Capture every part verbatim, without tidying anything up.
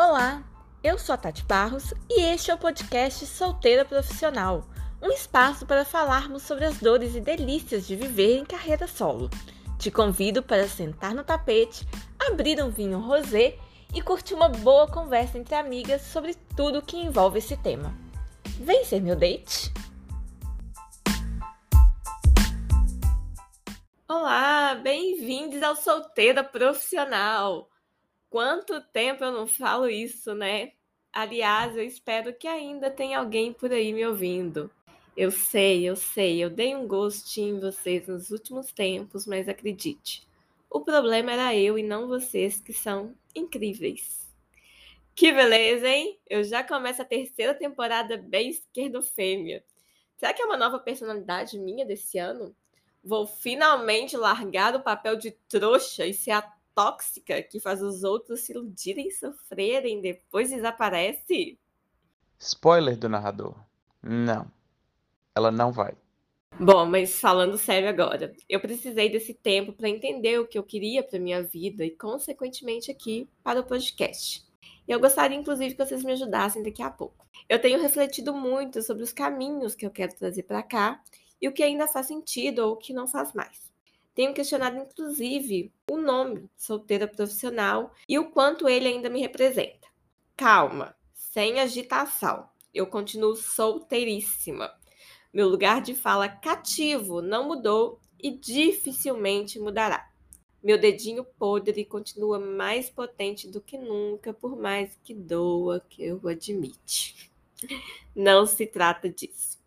Olá, eu sou a Tati Barros e este é o podcast Solteira Profissional, um espaço para falarmos sobre as dores e delícias de viver em carreira solo. Te convido para sentar no tapete, abrir um vinho rosé e curtir uma boa conversa entre amigas sobre tudo que envolve esse tema. Vem ser meu date? Olá, bem-vindos ao Solteira Profissional! Quanto tempo eu não falo isso, né? Aliás, eu espero que ainda tenha alguém por aí me ouvindo. Eu sei, eu sei, eu dei um gostinho em vocês nos últimos tempos, mas acredite, o problema era eu e não vocês, que são incríveis. Que beleza, hein? Eu já começo a terceira temporada bem esquerdo-fêmea. Será que é uma nova personalidade minha desse ano? Vou finalmente largar o papel de trouxa e ser a tóxica que faz os outros se iludirem e sofrerem, depois desaparece? Spoiler do narrador. Não, ela não vai. Bom, mas falando sério agora, eu precisei desse tempo para entender o que eu queria para minha vida e, consequentemente, aqui para o podcast. E eu gostaria, inclusive, que vocês me ajudassem daqui a pouco. Eu tenho refletido muito sobre os caminhos que eu quero trazer para cá e o que ainda faz sentido ou o que não faz mais. Tenho questionado, inclusive, o nome Solteira Profissional e o quanto ele ainda me representa. Calma, sem agitação. Eu continuo solteiríssima. Meu lugar de fala cativo não mudou e dificilmente mudará. Meu dedinho podre continua mais potente do que nunca, por mais que doa que eu admite. Não se trata disso.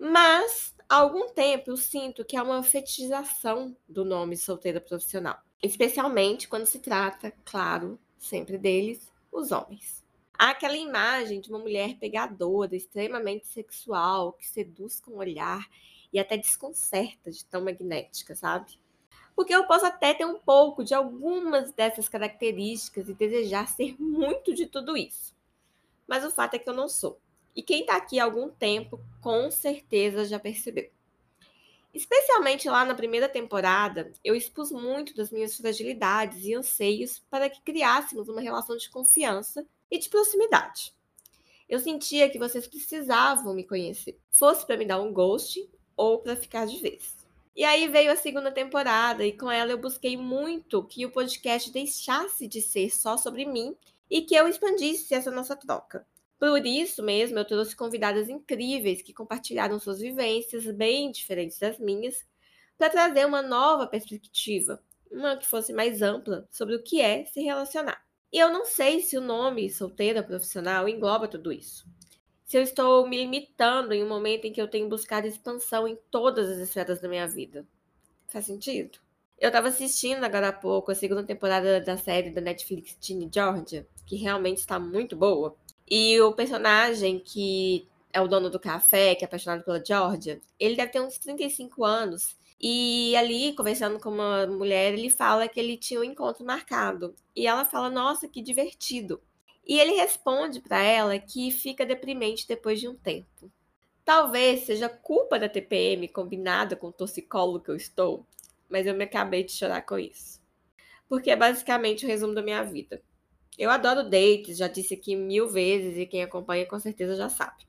Mas, há algum tempo eu sinto que há uma fetichização do nome solteira profissional. Especialmente quando se trata, claro, sempre deles, os homens. Há aquela imagem de uma mulher pegadora, extremamente sexual, que seduz com o olhar e até desconcerta de tão magnética, sabe? Porque eu posso até ter um pouco de algumas dessas características e desejar ser muito de tudo isso. Mas o fato é que eu não sou. E quem está aqui há algum tempo, com certeza já percebeu. Especialmente lá na primeira temporada, eu expus muito das minhas fragilidades e anseios para que criássemos uma relação de confiança e de proximidade. Eu sentia que vocês precisavam me conhecer, fosse para me dar um ghost ou para ficar de vez. E aí veio a segunda temporada e com ela eu busquei muito que o podcast deixasse de ser só sobre mim e que eu expandisse essa nossa troca. Por isso mesmo, eu trouxe convidadas incríveis que compartilharam suas vivências bem diferentes das minhas para trazer uma nova perspectiva, uma que fosse mais ampla sobre o que é se relacionar. E eu não sei se o nome solteira profissional engloba tudo isso. Se eu estou me limitando em um momento em que eu tenho buscado expansão em todas as esferas da minha vida. Faz sentido? Eu estava assistindo agora há pouco a segunda temporada da série da Netflix Ginny Georgia, que realmente está muito boa. E o personagem que é o dono do café, que é apaixonado pela Georgia, ele deve ter uns trinta e cinco anos. E ali, conversando com uma mulher, ele fala que ele tinha um encontro marcado. E ela fala, nossa, que divertido. E ele responde para ela que fica deprimente depois de um tempo. Talvez seja culpa da T P M combinada com o torcicolo que eu estou, mas eu me acabei de chorar com isso. Porque é basicamente o resumo da minha vida. Eu adoro dates, já disse aqui mil vezes e quem acompanha com certeza já sabe.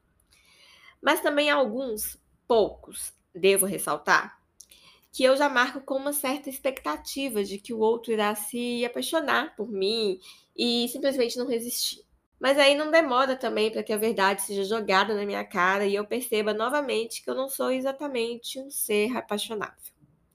Mas também há alguns, poucos, devo ressaltar, que eu já marco com uma certa expectativa de que o outro irá se apaixonar por mim e simplesmente não resistir. Mas aí não demora também para que a verdade seja jogada na minha cara e eu perceba novamente que eu não sou exatamente um ser apaixonável.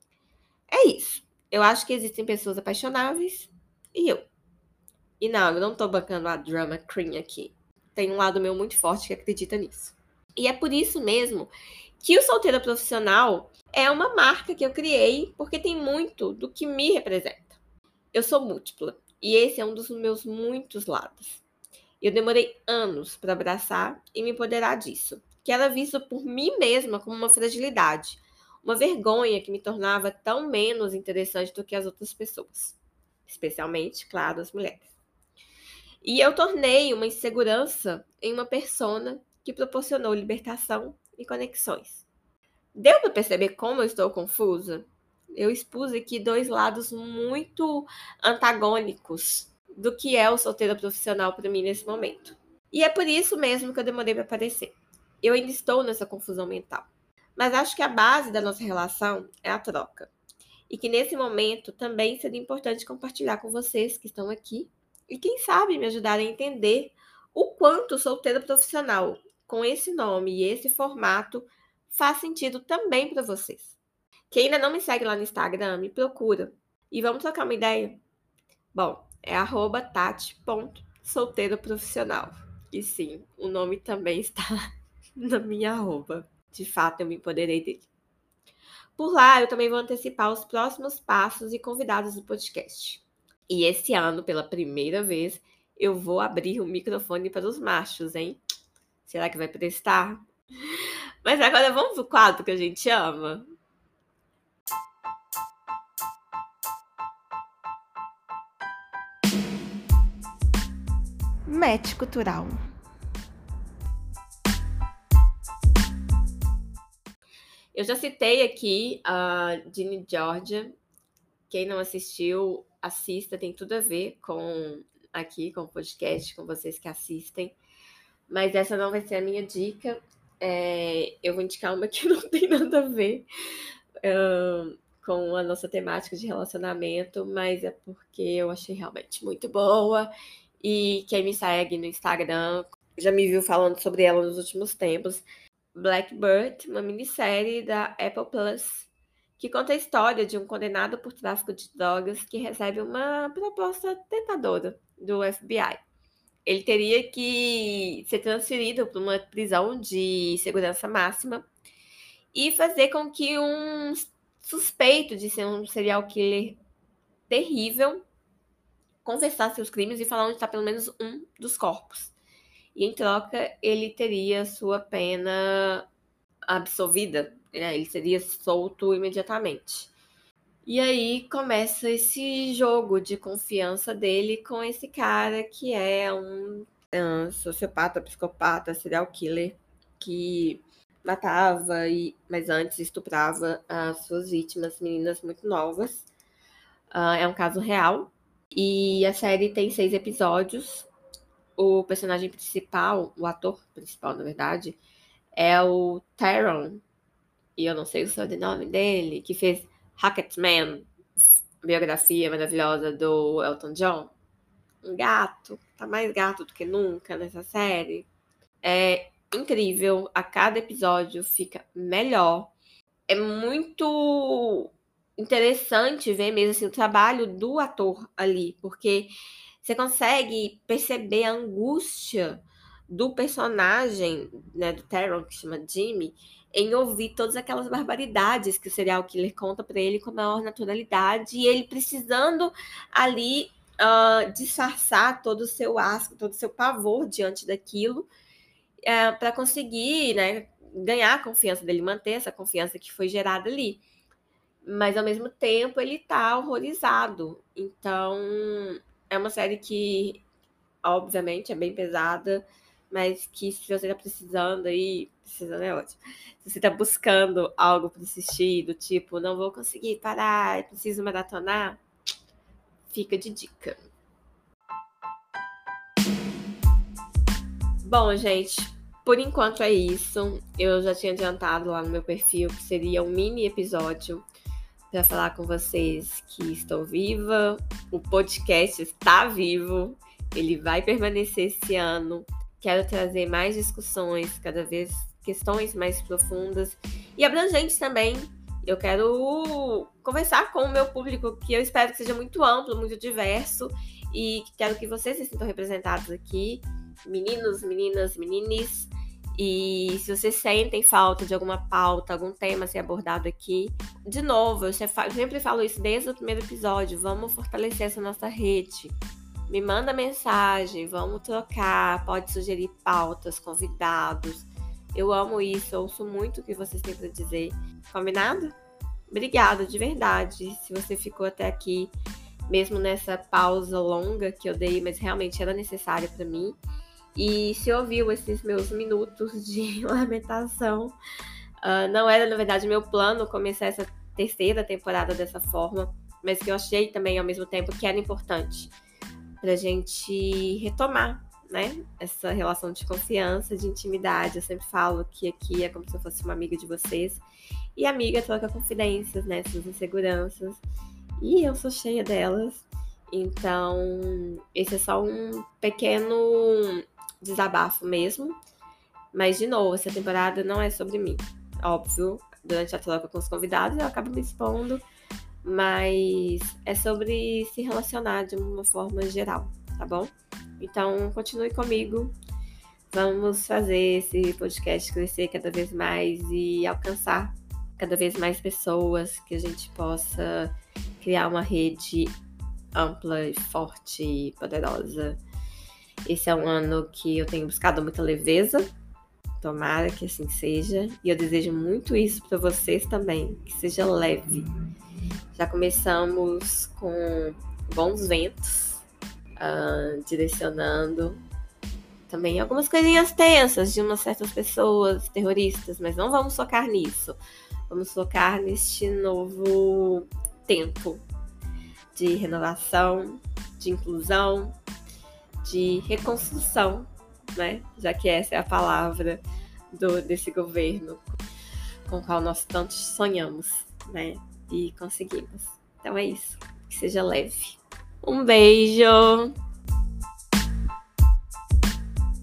É isso. Eu acho que existem pessoas apaixonáveis e eu. E não, eu não tô bancando a drama queen aqui. Tem um lado meu muito forte que acredita nisso. E é por isso mesmo que o Solteira Profissional é uma marca que eu criei porque tem muito do que me representa. Eu sou múltipla e esse é um dos meus muitos lados. Eu demorei anos para abraçar e me empoderar disso, que era visto por mim mesma como uma fragilidade, uma vergonha que me tornava tão menos interessante do que as outras pessoas, especialmente, claro, as mulheres. E eu tornei uma insegurança em uma persona que proporcionou libertação e conexões. Deu para perceber como eu estou confusa? Eu expus aqui dois lados muito antagônicos do que é o solteiro profissional para mim nesse momento. E é por isso mesmo que eu demorei para aparecer. Eu ainda estou nessa confusão mental. Mas acho que a base da nossa relação é a troca. E que nesse momento também seria importante compartilhar com vocês que estão aqui e quem sabe me ajudar a entender o quanto o solteiro profissional com esse nome e esse formato faz sentido também para vocês. Quem ainda não me segue lá no Instagram, me procura e vamos trocar uma ideia. Bom, é arroba tati ponto solteiro profissional. E sim, o nome também está na minha arroba. De fato, eu me empoderei dele. Por lá, eu também vou antecipar os próximos passos e convidados do podcast. E esse ano, pela primeira vez, eu vou abrir o microfone para os machos, hein? Será que vai prestar? Mas agora vamos pro quadro que a gente ama? Match cultural. Eu já citei aqui a Ginny Georgia. Quem não assistiu, assista, tem tudo a ver com aqui, com o podcast, com vocês que assistem. Mas essa não vai ser a minha dica. É, eu vou indicar uma que não tem nada a ver um, com a nossa temática de relacionamento, mas é porque eu achei realmente muito boa. E quem me segue no Instagram já me viu falando sobre ela nos últimos tempos. Blackbird, uma minissérie da Apple Plus, que conta a história de um condenado por tráfico de drogas que recebe uma proposta tentadora do F B I. Ele teria que ser transferido para uma prisão de segurança máxima e fazer com que um suspeito de ser um serial killer terrível confessasse seus crimes e falar onde está pelo menos um dos corpos. E em troca, ele teria sua pena absolvida, né? Ele seria solto imediatamente. E aí começa esse jogo de confiança dele com esse cara que é um, um sociopata, psicopata, serial killer, que matava, e, mas antes estuprava as suas vítimas, meninas muito novas. Uh, é um caso real. E a série tem seis episódios. O personagem principal, o ator principal, na verdade, é o Tyrone, e eu não sei o sobrenome dele, que fez Rocketman, biografia maravilhosa do Elton John. Um gato, tá mais gato do que nunca nessa série. É incrível, a cada episódio fica melhor. É muito interessante ver mesmo assim, o trabalho do ator ali, porque você consegue perceber a angústia do personagem, né, do Tyrone, que chama Jimmy, em ouvir todas aquelas barbaridades que o serial killer conta para ele com a maior naturalidade, e ele precisando ali uh, disfarçar todo o seu asco, todo o seu pavor diante daquilo, uh, para conseguir, né, ganhar a confiança dele, manter essa confiança que foi gerada ali. Mas, ao mesmo tempo, ele tá horrorizado. Então, é uma série que, obviamente, é bem pesada, mas que se você tá precisando aí, precisando é ótimo, se você tá buscando algo para assistir, do tipo, não vou conseguir parar, preciso maratonar, fica de dica. Bom, gente, por enquanto é isso. Eu já tinha adiantado lá no meu perfil que seria um mini episódio para falar com vocês que estou viva. O podcast está vivo, ele vai permanecer esse ano. Quero trazer mais discussões, cada vez questões mais profundas e abrangentes também. Eu quero conversar com o meu público, que eu espero que seja muito amplo, muito diverso, e quero que vocês se sintam representados aqui, meninos, meninas, menines. E se vocês sentem falta de alguma pauta, algum tema a ser abordado aqui, de novo, eu sempre falo isso desde o primeiro episódio, vamos fortalecer essa nossa rede. Me manda mensagem, vamos trocar, pode sugerir pautas, convidados. Eu amo isso, eu ouço muito o que vocês têm para dizer. Combinado? Obrigada, de verdade, se você ficou até aqui, mesmo nessa pausa longa que eu dei, mas realmente era necessária para mim. E se ouviu esses meus minutos de lamentação, uh, não era, na verdade, meu plano começar essa terceira temporada dessa forma, mas que eu achei também, ao mesmo tempo, que era importante. pra gente retomar, né, essa relação de confiança, de intimidade. Eu sempre falo que aqui é como se eu fosse uma amiga de vocês. E amiga troca confidências, né, suas inseguranças. E eu sou cheia delas. Então, esse é só um pequeno desabafo mesmo. Mas, de novo, essa temporada não é sobre mim. Óbvio, durante a troca com os convidados eu acabo me expondo, mas é sobre se relacionar de uma forma geral, tá bom? Então, continue comigo. Vamos fazer esse podcast crescer cada vez mais e alcançar cada vez mais pessoas, que a gente possa criar uma rede ampla, forte e poderosa. Esse é um ano que eu tenho buscado muita leveza. Tomara que assim seja. E eu desejo muito isso para vocês também, que seja leve. Já começamos com bons ventos, uh, direcionando também algumas coisinhas tensas de umas certas pessoas terroristas, mas não vamos focar nisso. Vamos focar neste novo tempo de renovação, de inclusão, de reconstrução, né? Já que essa é a palavra do, desse governo com o qual nós tanto sonhamos, né? E conseguimos. Então é isso. Que seja leve. Um beijo!